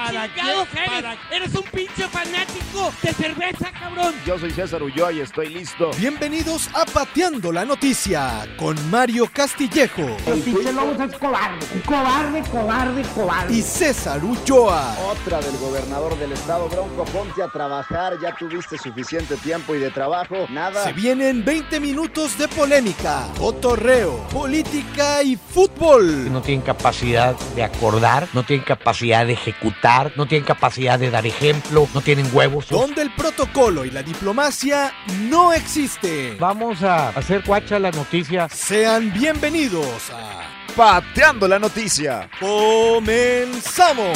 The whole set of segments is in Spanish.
chingados eres? Eres un pinche fanático de cerveza, cabrón. Yo soy César Ulloa y estoy listo. Bienvenidos a Pateando la Noticia con Mario Castillejo. El pinche Lobos es cobarde, cobarde, cobarde, cobarde. Y César Ulloa. Otra del gobernador del estado, Bronco, ponte a trabajar, ya tuviste suficiente tiempo y de trabajo, nada. Se vienen 20 minutos de polémica, cotorreo, política y fútbol. No tienen capacidad de acordar, no tienen capacidad de ejecutar, no tienen capacidad de dar ejemplo, no tienen huevos. Donde el protocolo y la diplomacia no existen. Vamos a hacer cuacha la noticia. Sean bienvenidos a Pateando la Noticia. ¡Comenzamos!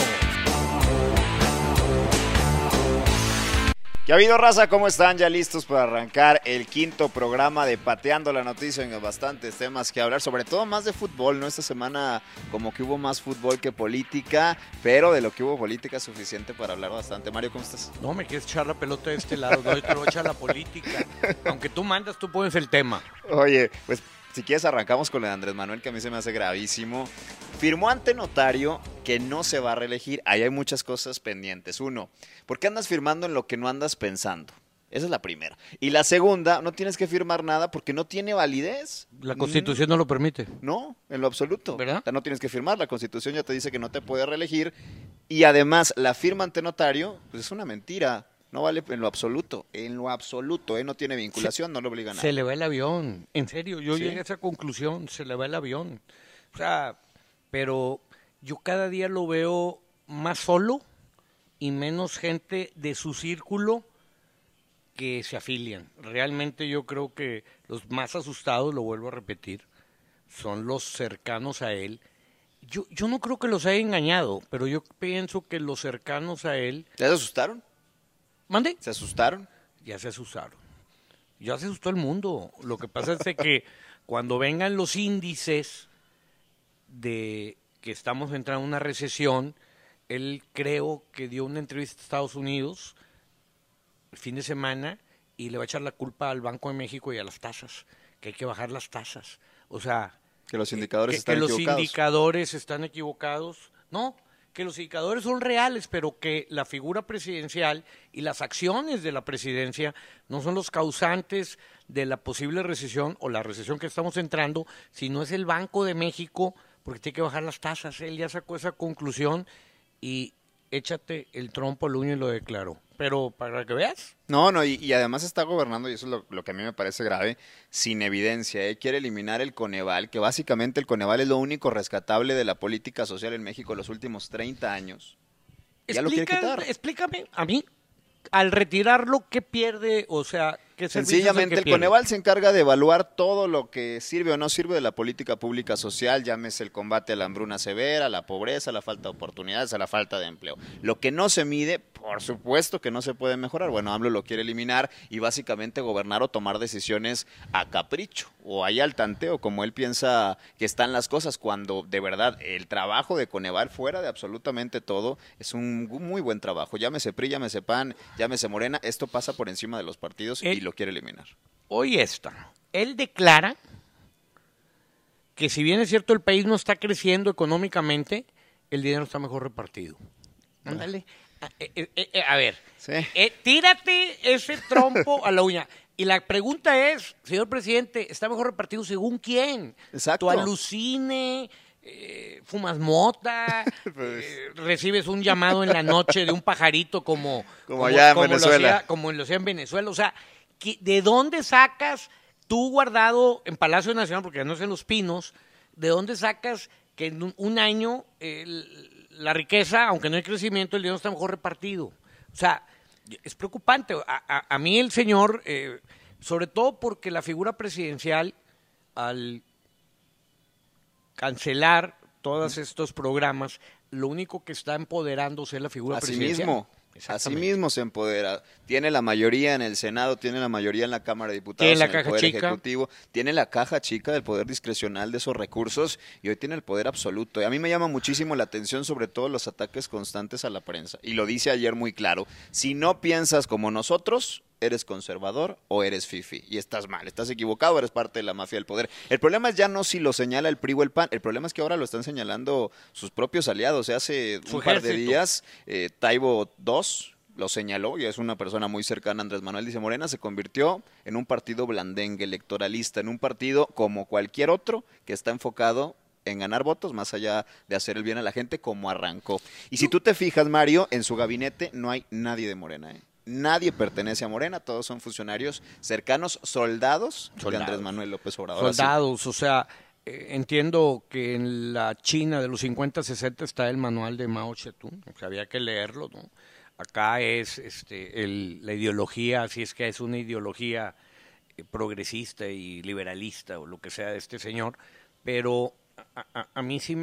¿Qué ha habido, raza? ¿Cómo están? Ya listos para arrancar el quinto programa de Pateando la Noticia. En bastantes temas que hablar, sobre todo más de fútbol, ¿no? Esta semana como que hubo más fútbol que política, pero de lo que hubo política es suficiente para hablar bastante. Mario, ¿cómo estás? No, me quieres echar la pelota de este lado, no, yo te voy a echar la política. Aunque tú mandas, tú pones el tema. Oye, pues si quieres arrancamos con lo de Andrés Manuel, que a mí se me hace gravísimo. Firmó ante notario que no se va a reelegir. Ahí hay muchas cosas pendientes. Uno, ¿por qué andas firmando en lo que no andas pensando? Esa es la primera. Y la segunda, no tienes que firmar nada porque no tiene validez. La Constitución no lo permite. No, en lo absoluto. ¿Verdad? O sea, no tienes que firmar. La Constitución ya te dice que no te puede reelegir. Y además, la firma ante notario, pues es una mentira. No vale en lo absoluto, no tiene vinculación, no lo obliga a nada. Se le va el avión, en serio, yo ¿Sí? llegué a esa conclusión, se le va el avión. O sea, pero yo cada día lo veo más solo y menos gente de su círculo que se afilian. Realmente yo creo que los más asustados, lo vuelvo a repetir, son los cercanos a él. Yo no creo que los haya engañado, pero yo pienso que los cercanos a él... ¿Ya se asustaron? ¿Mande? ¿Se asustaron? Ya se asustaron. Ya se asustó el mundo. Lo que pasa es de que cuando vengan los índices de que estamos entrando en una recesión, él creo que dio una entrevista a Estados Unidos el fin de semana y le va a echar la culpa al Banco de México y a las tasas, que hay que bajar las tasas. O sea, Que los indicadores están que los equivocados. indicadores están equivocados. No, que los indicadores son reales, pero que la figura presidencial y las acciones de la presidencia no son los causantes de la posible recesión o la recesión que estamos entrando, sino es el Banco de México, porque tiene que bajar las tasas. Él ya sacó esa conclusión y échate el trompo al uño y lo declaró. Pero para que veas. No, y además está gobernando, y eso es lo que a mí me parece grave, sin evidencia. Quiere eliminar el Coneval, que básicamente el Coneval es lo único rescatable de la política social en México en los últimos 30 años. Ya lo quiere quitar. Explícame a mí, al retirarlo, ¿qué pierde? O sea, ¿qué servicios Sencillamente el pierde? Coneval se encarga de evaluar todo lo que sirve o no sirve de la política pública social, llámese el combate a la hambruna severa, la pobreza, la falta de oportunidades, a la falta de empleo. Lo que no se mide, por supuesto que no se puede mejorar. Bueno, AMLO lo quiere eliminar y básicamente gobernar o tomar decisiones a capricho o ahí al tanteo, como él piensa que están las cosas, cuando de verdad el trabajo de Coneval, fuera de absolutamente todo, es un muy buen trabajo. Llámese PRI, llámese PAN, llámese Morena, esto pasa por encima de los partidos y lo quiere eliminar. Hoy él declara que si bien es cierto el país no está creciendo económicamente, el dinero está mejor repartido. Ándale. A ver, Sí. tírate ese trompo a la uña. Y la pregunta es, señor presidente, ¿está mejor repartido según quién? Exacto. ¿Tú alucine, fumas mota, recibes un llamado en la noche de un pajarito como allá en Venezuela? Como lo hacía en Venezuela. O sea, ¿de dónde sacas tú guardado en Palacio Nacional, porque no es en Los Pinos, de dónde sacas que en un año la riqueza, aunque no hay crecimiento, el dinero está mejor repartido? O sea, es preocupante. A mí el señor, sobre todo porque la figura presidencial, al cancelar todos estos programas, lo único que está empoderándose es la figura presidencial. Así mismo se empodera. Tiene la mayoría en el Senado, tiene la mayoría en la Cámara de Diputados, tiene la en el caja Poder chica. Ejecutivo, tiene la caja chica del poder discrecional de esos recursos y hoy tiene el poder absoluto. Y a mí me llama muchísimo la atención sobre todo los ataques constantes a la prensa. Y lo dice ayer muy claro, si no piensas como nosotros, eres conservador o eres fifi. Y estás mal, estás equivocado, eres parte de la mafia del poder. El problema es ya no si lo señala el PRI o el PAN, el problema es que ahora lo están señalando sus propios aliados. Hace un par de días, Taibo II lo señaló, y es una persona muy cercana a Andrés Manuel, dice: Morena se convirtió en un partido blandengue, electoralista, en un partido como cualquier otro que está enfocado en ganar votos más allá de hacer el bien a la gente, como arrancó. Y si tú te fijas, Mario, en su gabinete no hay nadie de Morena, ¿eh? Nadie pertenece a Morena, todos son funcionarios cercanos, soldados de Andrés Manuel López Obrador. Soldados, o sea, entiendo que en la China de los 50, 60 está el manual de Mao Zedong, o sea, había que leerlo, ¿no? Acá es la ideología, si es que es una ideología progresista y liberalista o lo que sea de este señor, pero a mí sí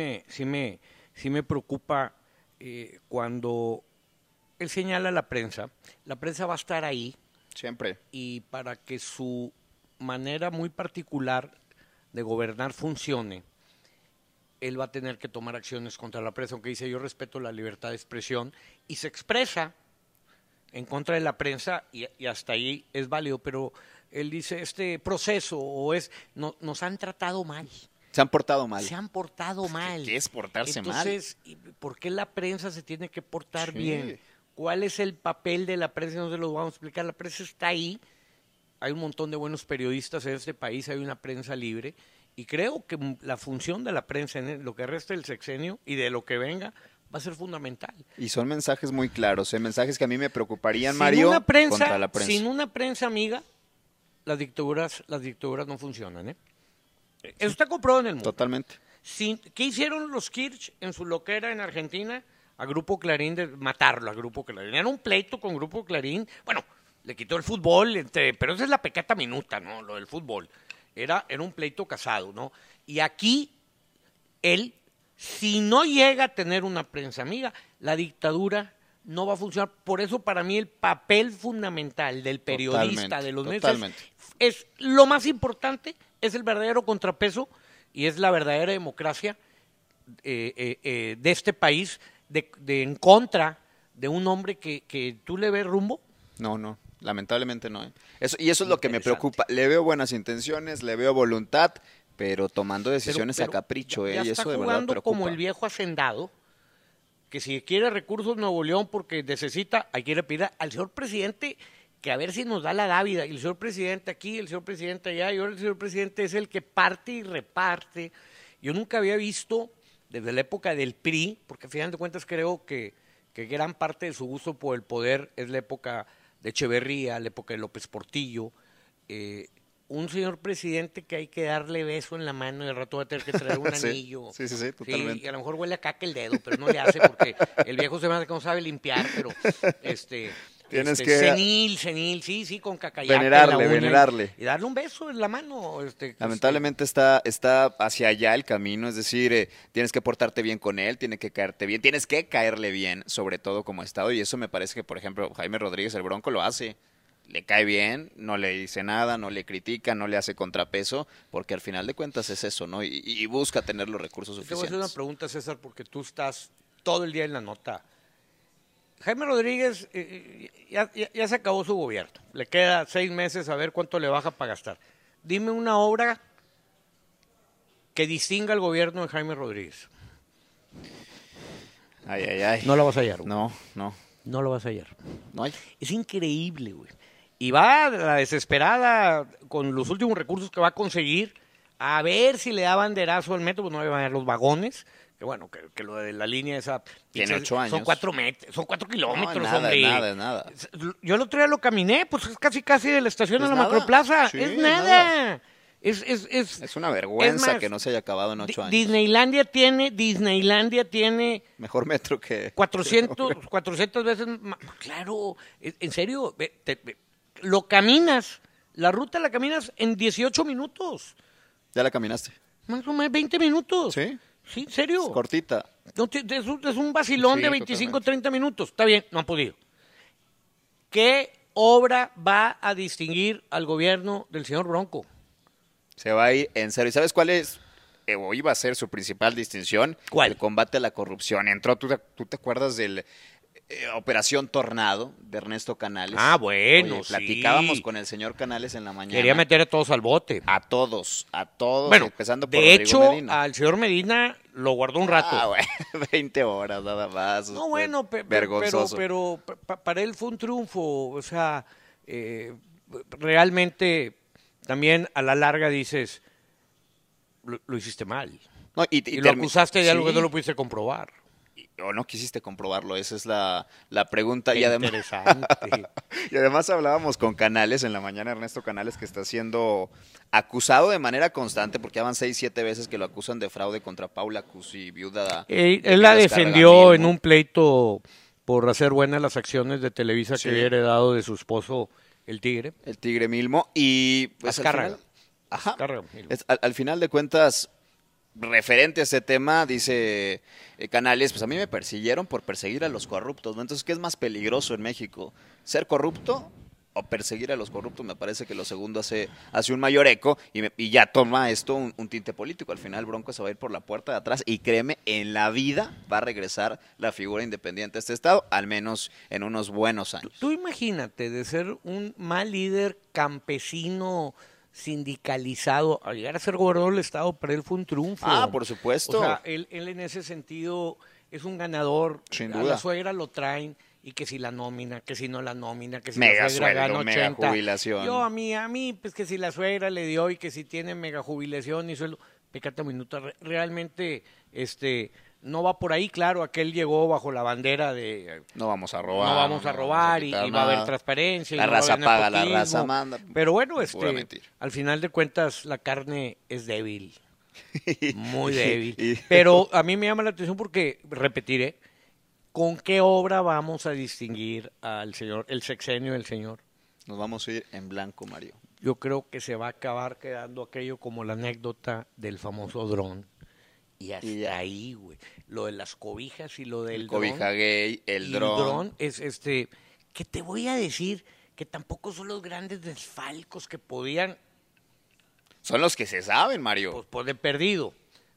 me preocupa cuando él señala a la prensa va a estar ahí. Siempre. Y para que su manera muy particular de gobernar funcione, él va a tener que tomar acciones contra la prensa, aunque dice: yo respeto la libertad de expresión, y se expresa en contra de la prensa, y hasta ahí es válido, pero él dice: este proceso nos han tratado mal. Se han portado mal. Se han portado mal. ¿Qué es portarse mal? Entonces, ¿por qué la prensa se tiene que portar bien? ¿Cuál es el papel de la prensa? No se lo vamos a explicar. La prensa está ahí. Hay un montón de buenos periodistas en este país, hay una prensa libre, y creo que la función de la prensa en lo que resta del sexenio y de lo que venga va a ser fundamental. Y son mensajes muy claros, mensajes que a mí me preocuparían, Mario, contra la prensa. Sin una prensa amiga, las dictaduras no funcionan, ¿eh? Eso está comprobado en el mundo. Totalmente. ¿Qué hicieron los Kirch en su loquera en Argentina? A Grupo Clarín, de matarlo a Grupo Clarín. Era un pleito con Grupo Clarín. Bueno, le quitó el fútbol, pero esa es la pecata minuta, ¿no? Lo del fútbol. Era un pleito casado, ¿no? Y aquí, él, si no llega a tener una prensa amiga, la dictadura no va a funcionar. Por eso, para mí, el papel fundamental del periodista, de los medios, es lo más importante, es el verdadero contrapeso y es la verdadera democracia de este país, en contra de un hombre que tú le ves rumbo. No, lamentablemente no. Eso es lo que me preocupa. Le veo buenas intenciones, le veo voluntad, pero tomando decisiones a capricho, ya y está eso de verdad jugando preocupa. como el viejo hacendado, que si quiere recursos Nuevo León porque necesita, hay que ir a pedir al señor presidente que a ver si nos da la dávida, y el señor presidente aquí, el señor presidente allá, y ahora el señor presidente es el que parte y reparte. Yo nunca había visto, desde la época del PRI, porque al final de cuentas creo que gran parte de su gusto por el poder es la época de Echeverría, la época de López Portillo, un señor presidente que hay que darle beso en la mano y al rato va a tener que traer un anillo. Sí, totalmente. Sí, y a lo mejor huele a caca el dedo, pero no le hace porque el viejo se me hace que no sabe limpiar, pero Tienes que senil, sí, con cacayaca venerarle. Y darle un beso en la mano. Lamentablemente está hacia allá el camino, es decir, tienes que portarte bien con él, tiene que caerte bien, tienes que caerle bien, sobre todo como Estado, y eso me parece que, por ejemplo, Jaime Rodríguez, el Bronco, lo hace. Le cae bien, no le dice nada, no le critica, no le hace contrapeso, porque al final de cuentas es eso, ¿no? Y busca tener los recursos suficientes. Te voy a hacer una pregunta, César, porque tú estás todo el día en la nota. Jaime Rodríguez ya se acabó su gobierno. Le queda 6 meses a ver cuánto le baja para gastar. Dime una obra que distinga al gobierno de Jaime Rodríguez. Ay. No la vas a hallar, güey. No. No lo vas a hallar. No hay. Es increíble, güey. Y va a la desesperada con los últimos recursos que va a conseguir a ver si le da banderazo al metro, pues no le van a dar los vagones. Que bueno, que lo de la línea esa... Tiene 8 años. Son 4 kilómetros, no, nada, hombre. Nada. Yo el otro día lo caminé, pues es casi de la estación a la nada. Macroplaza. Sí, es nada. Es una vergüenza más, que no se haya acabado en 8 años. Disneylandia tiene mejor metro que 400 veces más. Claro, en serio, lo caminas, la ruta la caminas en 18 minutos. ¿Ya la caminaste? Más o menos 20 minutos. ¿Sí? Sí, ¿en serio? Es cortita. No, es un vacilón Sí, de 25, totalmente. 30 minutos. Está bien, no han podido. ¿Qué obra va a distinguir al gobierno del señor Bronco? Se va a ir en serio. ¿Y sabes cuál es? O iba a ser su principal distinción. ¿Cuál? El combate a la corrupción. Entró, ¿tú te acuerdas del Operación Tornado de Ernesto Canales. Ah, bueno, Oye, sí. platicábamos con el señor Canales en la mañana. Quería meter a todos al bote. A todos, Bueno, empezando por de Rodrigo hecho, Medina. al señor Medina lo guardó un rato. Ah, güey, 20 horas nada más. No, bueno, vergonzoso. pero para él fue un triunfo. O sea, realmente también a la larga dices, lo hiciste mal. No, Y lo acusaste de algo que sí, no lo pudiste comprobar. o no quisiste comprobarlo, esa es la pregunta. Qué Y además, interesante. y además hablábamos con Canales en la mañana, Ernesto Canales, que está siendo acusado de manera constante, porque ya van 6-7 veces que lo acusan de fraude contra Paula Cusi, viuda. de Él la Viudas defendió Cargamilmo. en un pleito por hacer buenas las acciones de Televisa Sí. que había heredado de su esposo, el Tigre. El Tigre Milmo. Y pues al Azcárraga. final, ajá, Azcárraga Milmo. al final de cuentas, referente a ese tema, dice Canales, pues a mí me persiguieron por perseguir a los corruptos, ¿no? Entonces, ¿qué es más peligroso en México? ¿Ser corrupto o perseguir a los corruptos? Me parece que lo segundo hace un mayor eco y ya toma esto un tinte político. Al final Bronco se va a ir por la puerta de atrás y créeme, en la vida va a regresar la figura independiente a este estado, al menos en unos buenos años. Tú imagínate de ser un mal líder campesino sindicalizado a llegar a ser gobernador del estado, para él fue un triunfo. Ah, por supuesto. O sea, él en ese sentido es un ganador. Sin A duda. la suegra lo traen y que si la nómina, que si no la nómina, que si Mega la suegra sueldo, gana mega 80. jubilación. Yo a mí, pues que si la suegra le dio y que si tiene mega jubilación y sueldo, pécate un minuto, realmente no va por ahí. Claro, aquel llegó bajo la bandera de No vamos a robar. no vamos a robar quitar y va a haber nada. transparencia. La y no va a raza haber paga, la nepotismo. raza manda. Pero bueno, Pura mentira. al final de cuentas la carne es débil, muy débil. Y- Pero a mí me llama la atención porque, repetiré, ¿con qué obra vamos a distinguir al señor, el sexenio del señor? Nos vamos a ir en blanco, Mario. Yo creo que se va a acabar quedando aquello como la anécdota del famoso dron. Y hasta Y ya. ahí, güey. Lo de las cobijas y lo del El cobija dron. gay, el Y dron. es que te voy a decir que tampoco son los grandes desfalcos que podían, Son los que se saben, Mario. pues de perdido.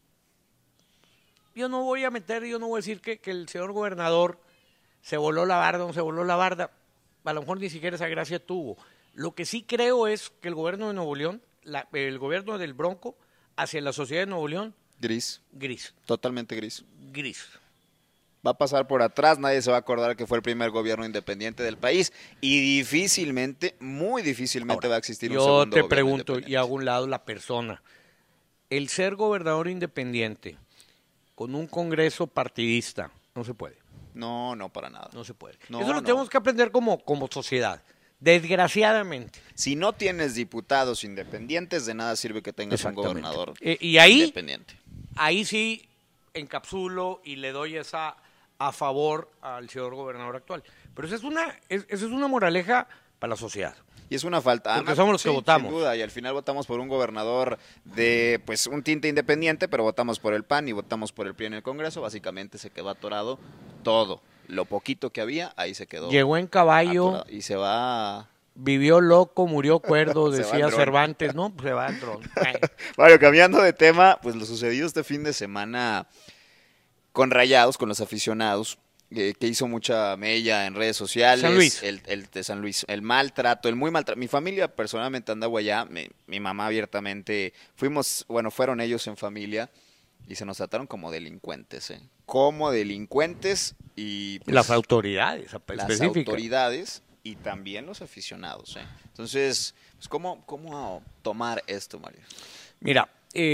Yo no voy a decir que el señor gobernador se voló la barda o no se voló la barda. A lo mejor ni siquiera esa gracia tuvo. Lo que sí creo es que el gobierno de Nuevo León, el gobierno del Bronco, hacia la sociedad de Nuevo León, Gris, gris, totalmente gris. gris. Va a pasar por atrás, nadie se va a acordar que fue el primer gobierno independiente del país y difícilmente, muy difícilmente va a existir un Yo segundo te gobierno pregunto, y independiente. hago un lado la persona. El ser gobernador independiente con un congreso partidista, no se puede, No, no, para nada. no se puede. No, Eso lo no. tenemos que aprender como sociedad, desgraciadamente. Si no tienes diputados independientes, de nada sirve que tengas un Exactamente. gobernador Y ahí, independiente. ahí sí encapsulo y le doy esa a favor al señor gobernador actual. Pero esa es una moraleja para la sociedad. Y es una falta. Porque somos los que votamos. Sin duda, y al final votamos por un gobernador de pues un tinte independiente, pero votamos por el PAN y votamos por el PRI en el Congreso. Básicamente se quedó atorado todo. Lo poquito que había, ahí se quedó. Llegó en caballo, atorado. Y se va. vivió loco, murió cuerdo, Se va decía el dron. Cervantes, ¿no? Pues se va el dron. Bueno, cambiando de tema, pues lo sucedido este fin de semana con Rayados, con los aficionados, que hizo mucha mella en redes sociales. San Luis. El de San Luis. El maltrato, el muy maltrato. Mi familia personalmente andaba allá, mi mamá abiertamente, fueron ellos en familia y se nos trataron como delincuentes, ¿eh? Como delincuentes y pues, Las autoridades las específicas. autoridades y también los aficionados, ¿eh? Entonces, pues, ¿cómo tomar esto, Mario? Mira,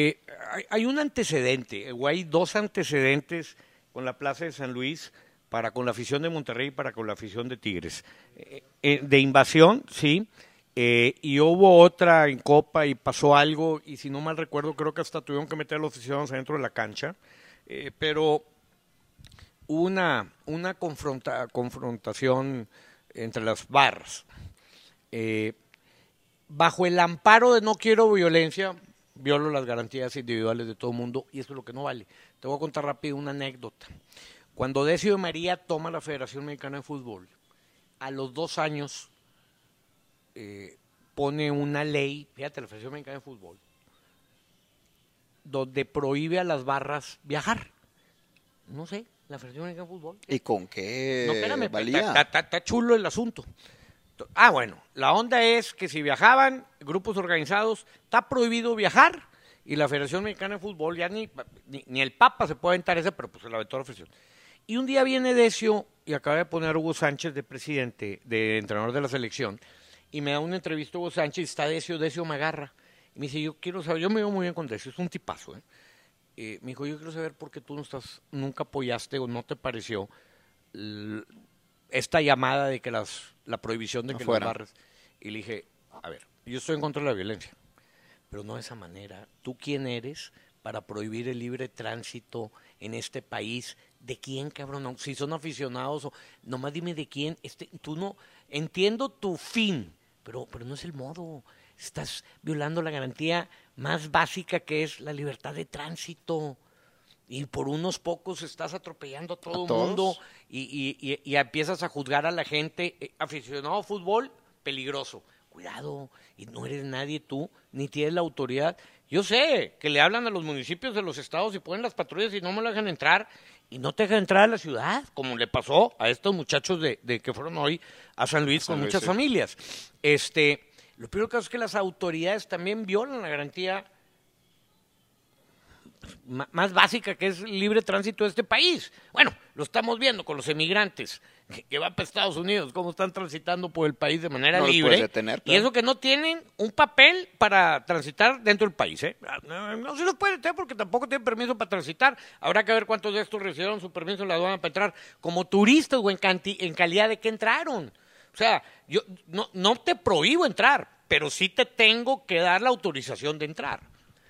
hay un antecedente, o hay dos antecedentes con la Plaza de San Luis, para con la afición de Monterrey y para con la afición de Tigres. De invasión, sí, y hubo otra en Copa y pasó algo, y si no mal recuerdo, creo que hasta tuvieron que meter a los aficionados adentro de la cancha, pero hubo una confrontación entre las barras. Bajo el amparo de no quiero violencia, violo las garantías individuales de todo el mundo, y eso es lo que no vale. Te voy a contar rápido una anécdota. Cuando Decio de María toma la Federación Mexicana de Fútbol, a los 2 años pone una ley, fíjate, la Federación Mexicana de Fútbol, donde prohíbe a las barras viajar. No sé, la Federación Mexicana de Fútbol. ¿Y con qué No, espérame, valía? está chulo el asunto. Ah, bueno, la onda es que si viajaban grupos organizados, está prohibido viajar y la Federación Mexicana de Fútbol, ya ni el Papa se puede aventar ese, pero pues se la aventó la Federación. Y un día viene Decio y acaba de poner a Hugo Sánchez de presidente, de entrenador de la selección, y me da una entrevista a Hugo Sánchez, está Decio me agarra, y me dice, yo quiero saber, yo me veo muy bien con Decio, es un tipazo, me dijo, yo quiero saber por qué tú nunca apoyaste o no te pareció esta llamada de que la prohibición de que Afuera. las barras. Y le dije, a ver, yo estoy en contra de la violencia, pero no de esa manera. ¿Tú quién eres para prohibir el libre tránsito en este país? ¿De quién, cabrón? No, si son aficionados, o nomás dime de quién. Tú no, entiendo tu fin, pero no es el modo. Estás violando la garantía más básica, que es la libertad de tránsito. Y por unos pocos estás atropellando a todo el mundo y empiezas a juzgar a la gente. Aficionado a fútbol, peligroso. Cuidado, y no eres nadie tú, ni tienes la autoridad. Yo sé que le hablan a los municipios de los estados y ponen las patrullas y no me lo dejan entrar, y no te dejan entrar a la ciudad, como le pasó a estos muchachos de que fueron hoy a San Luis con muchas familias. Lo primero que es que las autoridades también violan la garantía más básica, que es el libre tránsito de este país. Bueno, lo estamos viendo con los emigrantes que van para Estados Unidos, cómo están transitando por el país de manera libre. Detener, claro. Y eso que no tienen un papel para transitar dentro del país. No se los puede detener porque tampoco tienen permiso para transitar. Habrá que ver cuántos de estos recibieron su permiso en la aduana para entrar como turistas o en calidad de que entraron. O sea, yo no te prohíbo entrar, pero sí te tengo que dar la autorización de entrar.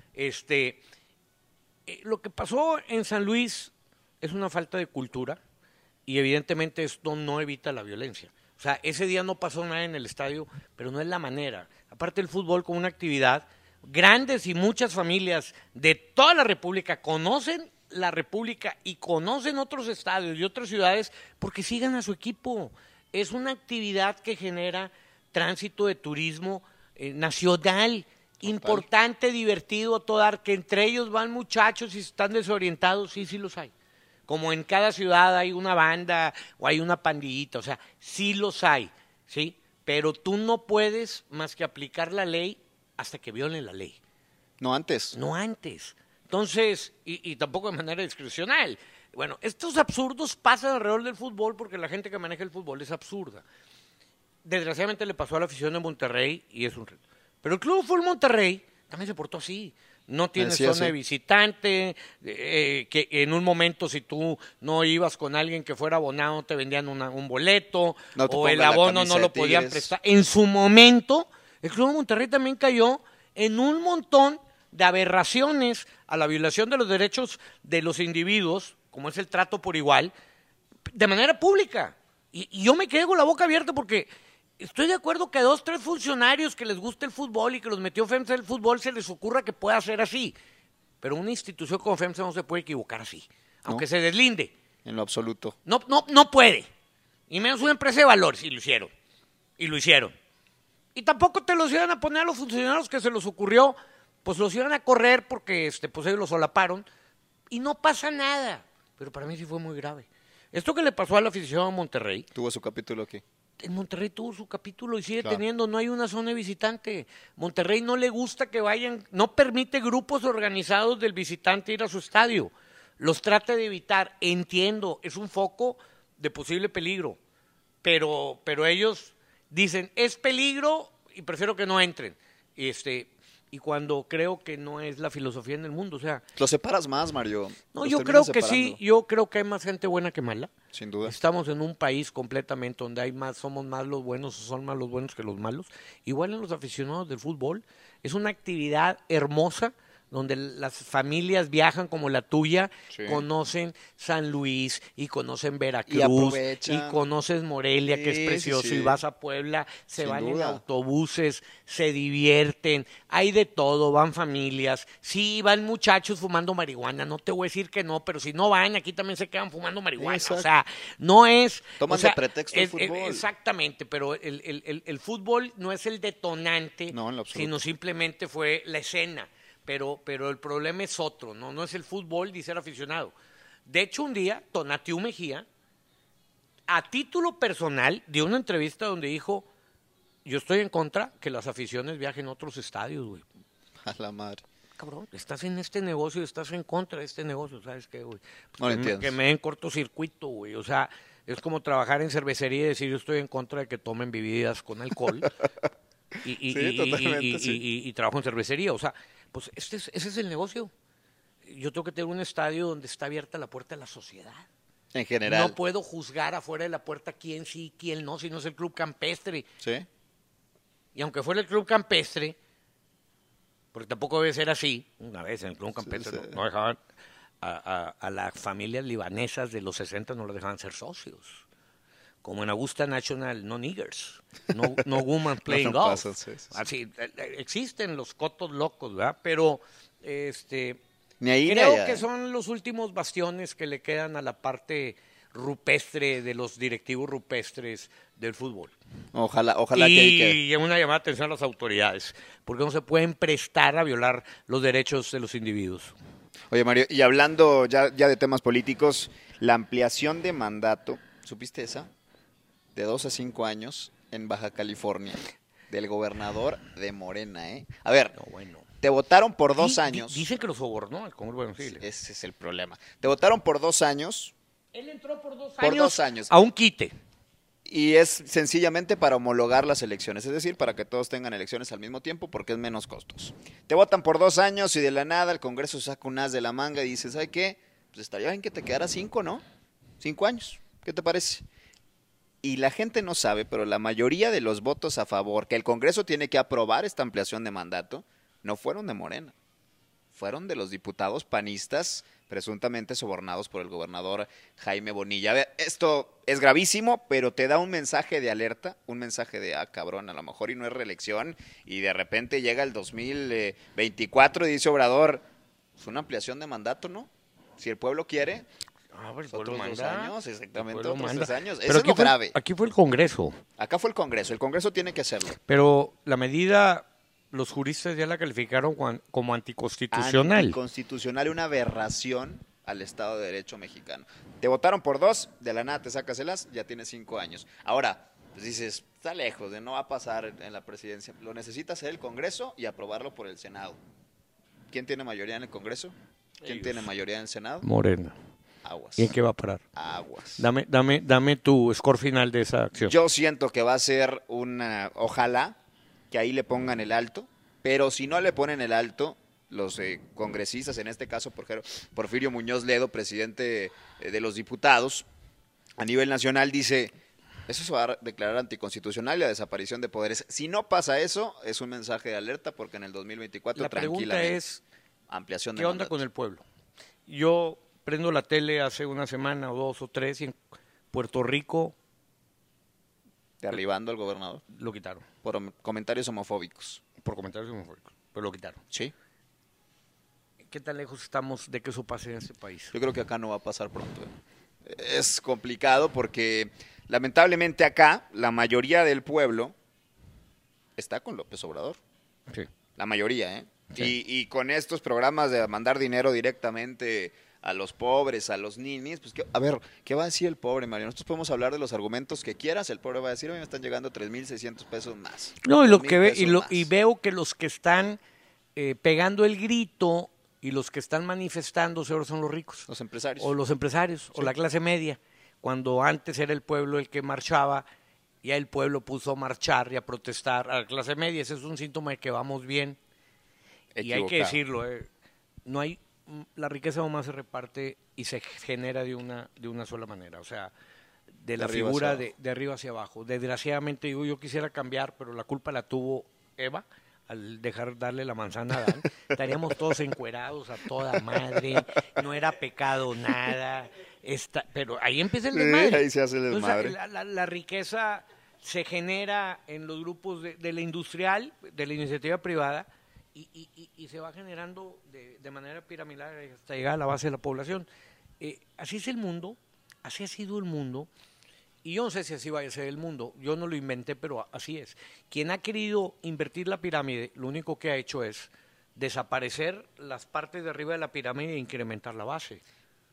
Lo que pasó en San Luis es una falta de cultura y evidentemente esto no evita la violencia. O sea, ese día no pasó nada en el estadio, pero no es la manera. Aparte el fútbol como una actividad, grandes y muchas familias de toda la República conocen la República y conocen otros estadios y otras ciudades porque sigan a su equipo. Es una actividad que genera tránsito de turismo nacional, importante, divertido, a todo dar, que entre ellos van muchachos y están desorientados, sí los hay. Como en cada ciudad hay una banda o hay una pandillita, o sea, sí los hay, ¿sí? Pero tú no puedes más que aplicar la ley hasta que violen la ley. No antes. No antes. Entonces, y tampoco de manera discrecional. Bueno, estos absurdos pasan alrededor del fútbol porque la gente que maneja el fútbol es absurda. Desgraciadamente le pasó a la afición de Monterrey y es un reto. Pero el Club Fútbol Monterrey también se portó así. No tiene zona de visitante, que en un momento si tú no ibas con alguien que fuera abonado te vendían un boleto, o el abono no lo podían prestar. En su momento, el Club Monterrey también cayó en un montón de aberraciones a la violación de los derechos de los individuos, como es el trato por igual, de manera pública. Y yo me quedé con la boca abierta porque estoy de acuerdo que a 2, 3 funcionarios que les guste el fútbol y que los metió FEMSA el fútbol se les ocurra que pueda ser así. Pero una institución como FEMSA no se puede equivocar así, aunque se deslinde. En lo absoluto. No puede. Y menos una empresa de valores, y lo hicieron. Y tampoco te los iban a poner a los funcionarios que se les ocurrió, pues los iban a correr porque pues ellos los solaparon. Y no pasa nada. Pero para mí sí fue muy grave. Esto que le pasó a la afición a Monterrey. Tuvo su capítulo aquí. En Monterrey tuvo su capítulo y sigue teniendo, no hay una zona de visitante. Monterrey no le gusta que vayan, no permite grupos organizados del visitante ir a su estadio. Los trata de evitar, entiendo, es un foco de posible peligro, pero ellos dicen, es peligro y prefiero que no entren. Y cuando creo que no es la filosofía en el mundo, o sea... Lo separas más, Mario. No, yo creo que sí, yo creo que hay más gente buena que mala. Sin duda. Estamos en un país completamente donde somos más los buenos o son más los buenos que los malos. Igual en los aficionados del fútbol, es una actividad hermosa donde las familias viajan como la tuya, conocen San Luis y conocen Veracruz y conoces Morelia, que es precioso, y vas a Puebla, se van en autobuses, se divierten, hay de todo, van familias, sí, van muchachos fumando marihuana, no te voy a decir que no, pero si no van, aquí también se quedan fumando marihuana, o sea, no es... Toman de pretexto el fútbol. Exactamente, pero el fútbol no es el detonante, sino simplemente fue la escena. Pero el problema es otro, no es el fútbol ni ser aficionado. De hecho, un día, Tonatiu Mejía, a título personal, dio una entrevista donde dijo, yo estoy en contra que las aficiones viajen a otros estadios, güey. A la madre. Cabrón, estás en este negocio, estás en contra de este negocio, ¿sabes qué, güey? No lo que, entiendo. que me den cortocircuito, güey. O sea, es como trabajar en cervecería y decir, yo estoy en contra de que tomen bebidas con alcohol. Y trabajo en cervecería. O sea, pues ese es el negocio. Yo tengo que tener un estadio donde está abierta la puerta a la sociedad. En general. No puedo juzgar afuera de la puerta quién sí, quién no, si no es el club campestre. Sí. Y aunque fuera el club campestre, porque tampoco debe ser así, una vez en el club campestre no dejaban a las familias libanesas de los 60 no las dejaban ser socios. Como en Augusta National, no niggers, no woman playing No golf. pasa, sí. Así, existen los cotos locos, ¿verdad? Pero Ni ahí ni creo allá. que son los últimos bastiones que le quedan a la parte rupestre de los directivos rupestres del fútbol. Ojalá que ahí quede. Y una llamada de atención a las autoridades, porque no se pueden prestar a violar los derechos de los individuos. Oye, Mario, y hablando ya de temas políticos, la ampliación de mandato, ¿supiste esa? De 2 a 5 años en Baja California, del gobernador de Morena, ¿eh? A ver, No, bueno. te votaron por 2 años. Dice que lo sobornó el Congreso. Bueno, sí. Ese es el problema. Te votaron por 2 años Él entró por 2 Por años, 2 años. a un quite. y es sencillamente para homologar las elecciones, es decir, para que todos tengan elecciones al mismo tiempo porque es menos costos. Te votan por 2 años y de la nada el Congreso saca un as de la manga y dice, ¿sabe qué? Pues estaría bien que te quedara 5, ¿no? 5 años. ¿Qué te parece? Y la gente no sabe, pero la mayoría de los votos a favor, que el Congreso tiene que aprobar esta ampliación de mandato, no fueron de Morena. Fueron de los diputados panistas presuntamente sobornados por el gobernador Jaime Bonilla. A ver, esto es gravísimo, pero te da un mensaje de alerta, un mensaje de, cabrón, a lo mejor y no es reelección, y de repente llega el 2024 y dice Obrador, es una ampliación de mandato, ¿no? Si el pueblo quiere, Pues otros 2 años, exactamente, El pueblo otros manda. 3 años. Pero Eso es lo grave. Aquí fue el Congreso. Acá fue el Congreso tiene que hacerlo. Pero la medida, los juristas ya la calificaron como anticonstitucional. Anticonstitucional, una aberración al Estado de Derecho mexicano. Te votaron por 2, de la nada te sacas el as, ya tienes 5 años. Ahora, pues dices, está lejos, no va a pasar en la presidencia. Lo necesita hacer el Congreso y aprobarlo por el Senado. ¿Quién tiene mayoría en el Congreso? ¿Quién Ellos. tiene mayoría en el Senado? Morena. Aguas. ¿Y en qué va a parar? Aguas. Dame tu score final de esa acción. Yo siento que va a ser ojalá que ahí le pongan el alto, pero si no le ponen el alto, los congresistas, en este caso Porfirio Muñoz Ledo, presidente de los diputados, a nivel nacional dice, eso se va a declarar anticonstitucional y la desaparición de poderes. Si no pasa eso, es un mensaje de alerta porque en el 2024 La pregunta tranquilamente es, ampliación de ¿qué onda mandato. con el pueblo? Yo prendo la tele hace una semana o 2 o 3 y en Puerto Rico Derribando al gobernador lo quitaron. por comentarios homofóbicos. Por comentarios homofóbicos, pero lo quitaron. Sí. ¿Qué tan lejos estamos de que eso pase en este país? Yo creo que acá no va a pasar pronto. Es complicado porque lamentablemente acá la mayoría del pueblo está con López Obrador. Sí. La mayoría, ¿eh? Sí. Y con estos programas de mandar dinero directamente a los pobres, a los ninis, pues, a ver, ¿qué va a decir el pobre, Mario? Nosotros podemos hablar de los argumentos que quieras, el pobre va a decir, a mí me están llegando 3,600 pesos más. No, y lo 2,000 que ve, pesos más. y veo que los que están pegando el grito y los que están manifestándose ahora son los ricos. Los empresarios. O los empresarios, o la clase media. Cuando antes era el pueblo el que marchaba, ya el pueblo puso a marchar y a protestar a la clase media. Ese es un síntoma de que vamos bien. Y hay que Equivocado. decirlo, no hay, la riqueza nomás se reparte y se genera de una sola manera. O sea, de la arriba figura hacia abajo. de arriba hacia abajo. Desgraciadamente, digo, yo quisiera cambiar, pero la culpa la tuvo Eva al darle la manzana a Adán. Estaríamos todos encuerados a toda madre, no era pecado nada. Pero ahí empieza el Sí, desmadre. ahí se hace el Entonces, desmadre. la riqueza se genera en los grupos de la industrial, de la iniciativa privada, y se va generando de manera piramidal hasta llegar a la base de la población. Así es el mundo, así ha sido el mundo, y yo no sé si así va a ser el mundo, yo no lo inventé, pero así es. Quien ha querido invertir la pirámide, lo único que ha hecho es desaparecer las partes de arriba de la pirámide e incrementar la base.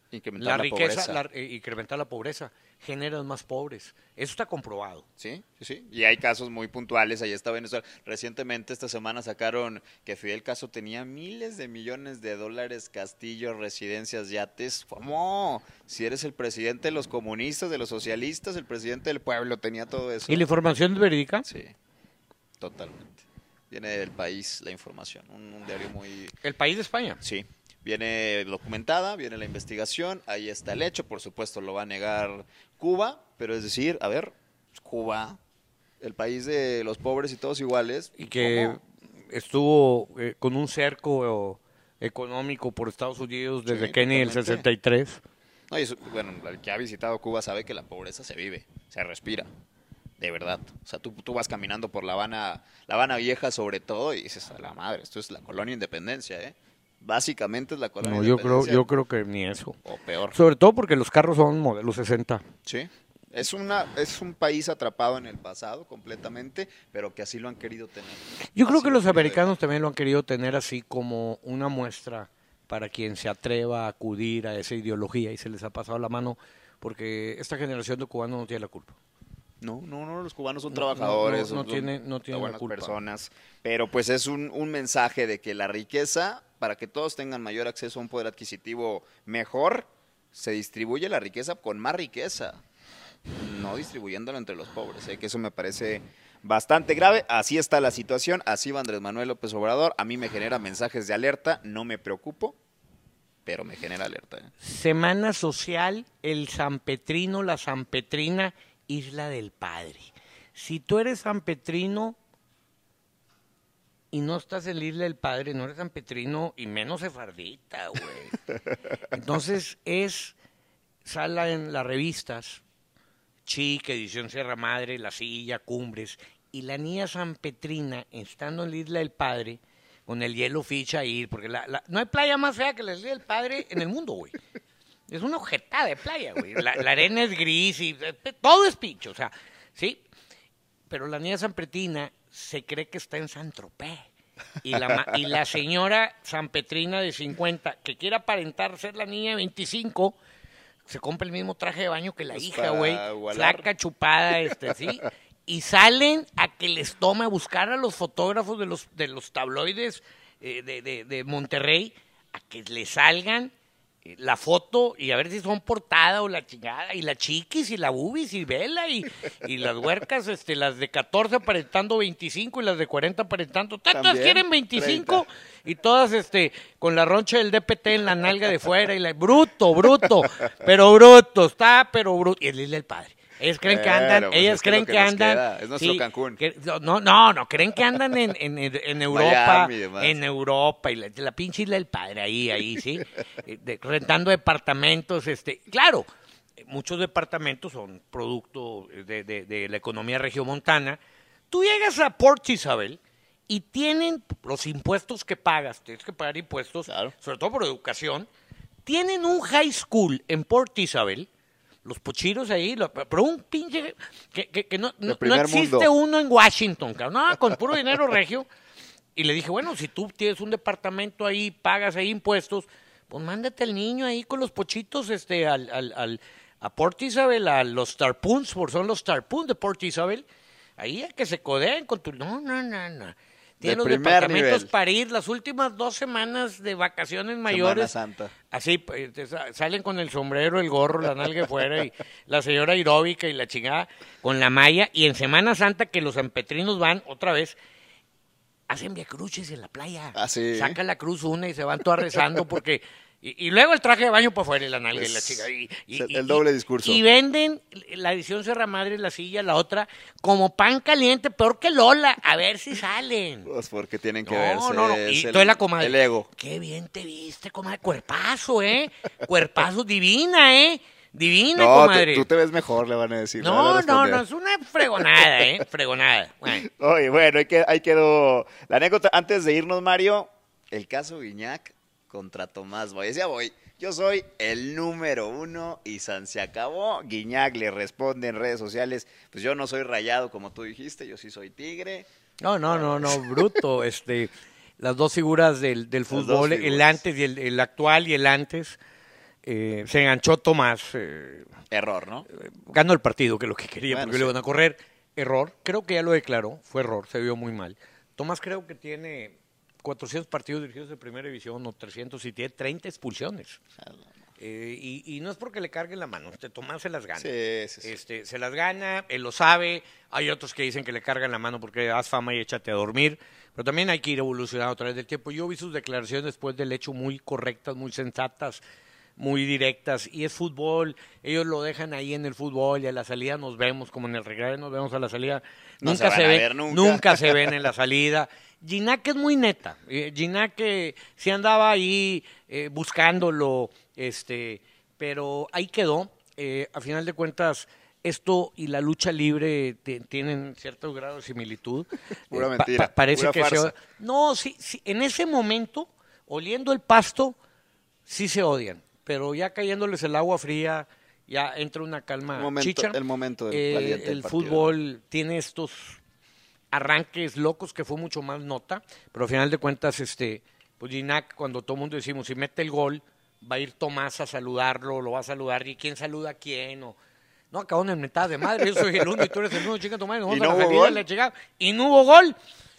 Incrementar la riqueza, pobreza. incrementar la pobreza, generan más pobres. Eso está comprobado. Sí, sí, sí. Y hay casos muy puntuales. Ahí está Venezuela. Recientemente, esta semana, sacaron que Fidel Castro tenía miles de millones de dólares, castillos, residencias, yates. ¿Cómo? Si eres el presidente de los comunistas, de los socialistas, el presidente del pueblo, tenía todo eso. ¿Y la información es verídica? Sí, totalmente. Viene del País la información. Un diario muy... El País de España. Sí. Viene documentada, viene la investigación, ahí está el hecho, por supuesto lo va a negar Cuba, pero es decir, a ver, Cuba, el país de los pobres y todos iguales. Y que ¿cómo? estuvo con un cerco económico por Estados Unidos desde Sí, Kennedy en el totalmente. 63. No, y bueno, el que ha visitado Cuba sabe que la pobreza se vive, se respira, de verdad. O sea, tú vas caminando por La Habana Vieja sobre todo, y dices, a la madre, esto es la colonia Independencia, ¿eh? Básicamente es la colonia No, yo Independencia. creo que ni eso. O peor. Sobre todo porque los carros son modelo 60. Sí. Es un país atrapado en el pasado completamente, pero que así lo han querido tener. Yo creo Así que lo los han querido americanos también lo han querido tener así como una muestra para quien se atreva a acudir a esa ideología y se les ha pasado la mano porque esta generación de cubanos no tiene la culpa. No, los cubanos son No, trabajadores, no son tiene la buenas culpa. personas, pero pues es un mensaje de que la riqueza, para que todos tengan mayor acceso a un poder adquisitivo mejor, se distribuye la riqueza con más riqueza, no distribuyéndola entre los pobres, que eso me parece bastante grave. Así está la situación, así va Andrés Manuel López Obrador, a mí me genera mensajes de alerta, no me preocupo, pero me genera alerta. Semana social, el sanpetrino, la sanpetrina, Isla del Padre. Si tú eres sanpetrino y no estás en la Isla del Padre, no eres sanpetrino y menos sefardita, güey. Entonces sala en las revistas, Chic, Edición Sierra Madre, La Silla, Cumbres, y la niña sanpetrina, estando en la Isla del Padre, con el hielo fish ahí, porque no hay playa más fea que la Isla del Padre en el mundo, güey. Es una ojetada de playa, güey. La arena es gris y todo es pincho, o sea, ¿sí? Pero la niña sanpetrina se cree que está en Saint-Tropez. Y la señora sanpetrina de 50, que quiere aparentar ser la niña de 25, se compra el mismo traje de baño que la Pues hija, güey. para igualar. Flaca, chupada, ¿sí? Y salen a que les tome a buscar a los fotógrafos de los tabloides de Monterrey, a que les salgan la foto y a ver si son portada o la chingada, y la chiquis y la bubis y vela y las huercas, las de 14 aparentando 25 y las de 40 aparentando, todas También, quieren 25 y todas con la roncha del DPT en la nalga de fuera y bruto, pero bruto, y el Isla del Padre. Ellas creen que andan, Bueno, pues ellas es que creen lo que que nos andan. queda, es nuestro Cancún. No, creen que andan en Europa, Miami y demás. en Europa, y la pinche Isla del Padre, ahí, ¿sí? Rentando departamentos, claro, muchos departamentos son producto de la economía regiomontana. Tú llegas a Port Isabel y tienen los impuestos que pagas, tienes que pagar impuestos, Claro. sobre todo por educación, tienen un high school en Port Isabel, los pochiros ahí, pero un pinche que no primer existe mundo. uno en Washington, cabrón, no, con puro dinero regio. Y le dije, bueno, si tú tienes un departamento ahí, pagas ahí impuestos, pues mándate al niño ahí con los pochitos a Port Isabel, a los Tarpoons, porque son los Tarpoons de Port Isabel, ahí a que se codeen con tu... No. Tienen los primer departamentos nivel. para ir las últimas 2 semanas de vacaciones mayores. Semana Santa. Así, salen con el sombrero, el gorro, la nalga de fuera, y la señora aeróbica y la chingada con la malla. Y en Semana Santa, que los sanpetrinos van otra vez, hacen viacrucis en la playa. Ah, sí. Sacan la cruz una y se van todas rezando porque... Y luego el traje de baño para afuera y la nalga y la Pues, chica. el doble discurso. Y venden la edición Serra Madre, la silla, la otra, como pan caliente, peor que Lola. A ver si salen. Pues porque tienen que verse. No. es Y toda la comadre. el ego. Qué bien te viste, comadre. Cuerpazo, Cuerpazo divina, Divina, No, comadre. tú te ves mejor, le van a decir. No, es una fregonada, fregonada. Bueno. Oye, bueno, ahí quedó la anécdota. Antes de irnos, Mario, el caso Guiñac contra Tomás Boy. Decía Boy, yo soy el número 1 y San se acabó. Guiñac le responde en redes sociales, pues yo no soy rayado como tú dijiste, yo sí soy tigre. No, bruto. Las dos figuras del fútbol, el figuras. antes y el actual y el antes. Se enganchó Tomás. Error, ¿no? Ganó el partido, que es lo que quería, Bueno, porque sí. le van a correr. Error. Creo que ya lo declaró. Fue error. Se vio muy mal. Tomás creo que tiene 400 partidos dirigidos de primera división o 300 y tiene 30 expulsiones. Y no es porque le carguen la mano. Tomás se las gana. Sí. Se las gana, él lo sabe. Hay otros que dicen que le cargan la mano porque haz fama y échate a dormir. Pero también hay que ir evolucionando a través del tiempo. Yo vi sus declaraciones después del hecho muy correctas, muy sensatas, muy directas. Y es fútbol. Ellos lo dejan ahí en el fútbol y a la salida nos vemos, como en el regreso nos vemos a la salida. No Nunca se van a ver nunca se ven en la salida. Ginac es muy neta. Ginac sí andaba ahí buscándolo, pero ahí quedó. A final de cuentas, esto y la lucha libre tienen cierto grado de similitud. Pura mentira, Parece pura que farsa. No, sí, en ese momento, oliendo el pasto, sí se odian. Pero ya cayéndoles el agua fría, ya entra una calma chicha. El momento del valiente del el partido. fútbol tiene estos arranques locos que fue mucho más nota, pero al final de cuentas, pues Ginac, cuando todo el mundo decimos, si mete el gol, va a ir Tomás a saludarlo, lo va a saludar, y quién saluda a quién, no, acabaron en mitad de madre, yo soy el uno y tú eres el uno, chica, Tomás, nos vamos ¿Y a no la hubo salida, gol? le llegaba, y no hubo gol.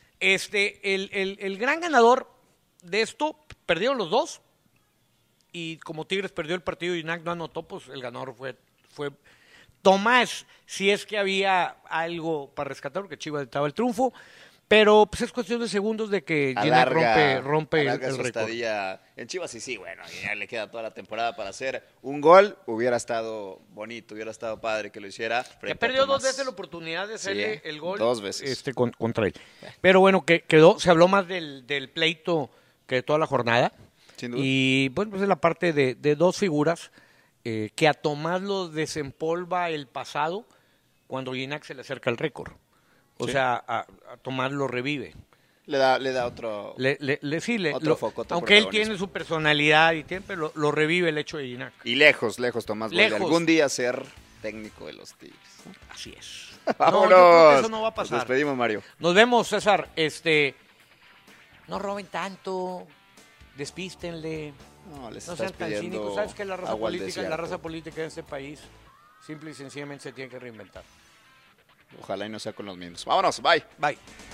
El gran ganador de esto, perdieron los dos, y como Tigres perdió el partido y Ginac no anotó, pues el ganador fue Tomás, si es que había algo para rescatar, porque Chivas estaba el triunfo, pero pues es cuestión de segundos de que Ginac rompe alarga el su récord. estadía en Chivas y sí, bueno, ya le queda toda la temporada para hacer un gol. Hubiera estado bonito, hubiera estado padre que lo hiciera. Que frente a perdió dos Tomás. veces la oportunidad de hacerle el gol. 2 veces. Contra él. Pero bueno, que quedó, se habló más del pleito que de toda la jornada. Sin duda. Y pues es la parte de dos figuras que a Tomás lo desempolva el pasado cuando Ginac se le acerca el récord. O Sí. sea, a Tomás lo revive. Le da otro... Otro foco, otro aunque él protagonismo. tiene su personalidad y tiene, pero lo revive el hecho de Ginac. Y lejos, Tomás Boy, de Lejos. algún día ser técnico de los Tigres. Así es. ¡Vámonos! No, yo creo que eso no va a Nos pasar. despedimos, Mario. Nos vemos, César. No roben tanto, despístenle, No, les no estás sean tan pidiendo cínicos. Sabes que la raza agua al política, desierto. en este país, simple y sencillamente se tiene que reinventar. Ojalá y no sea con los mismos. Vámonos, bye. Bye.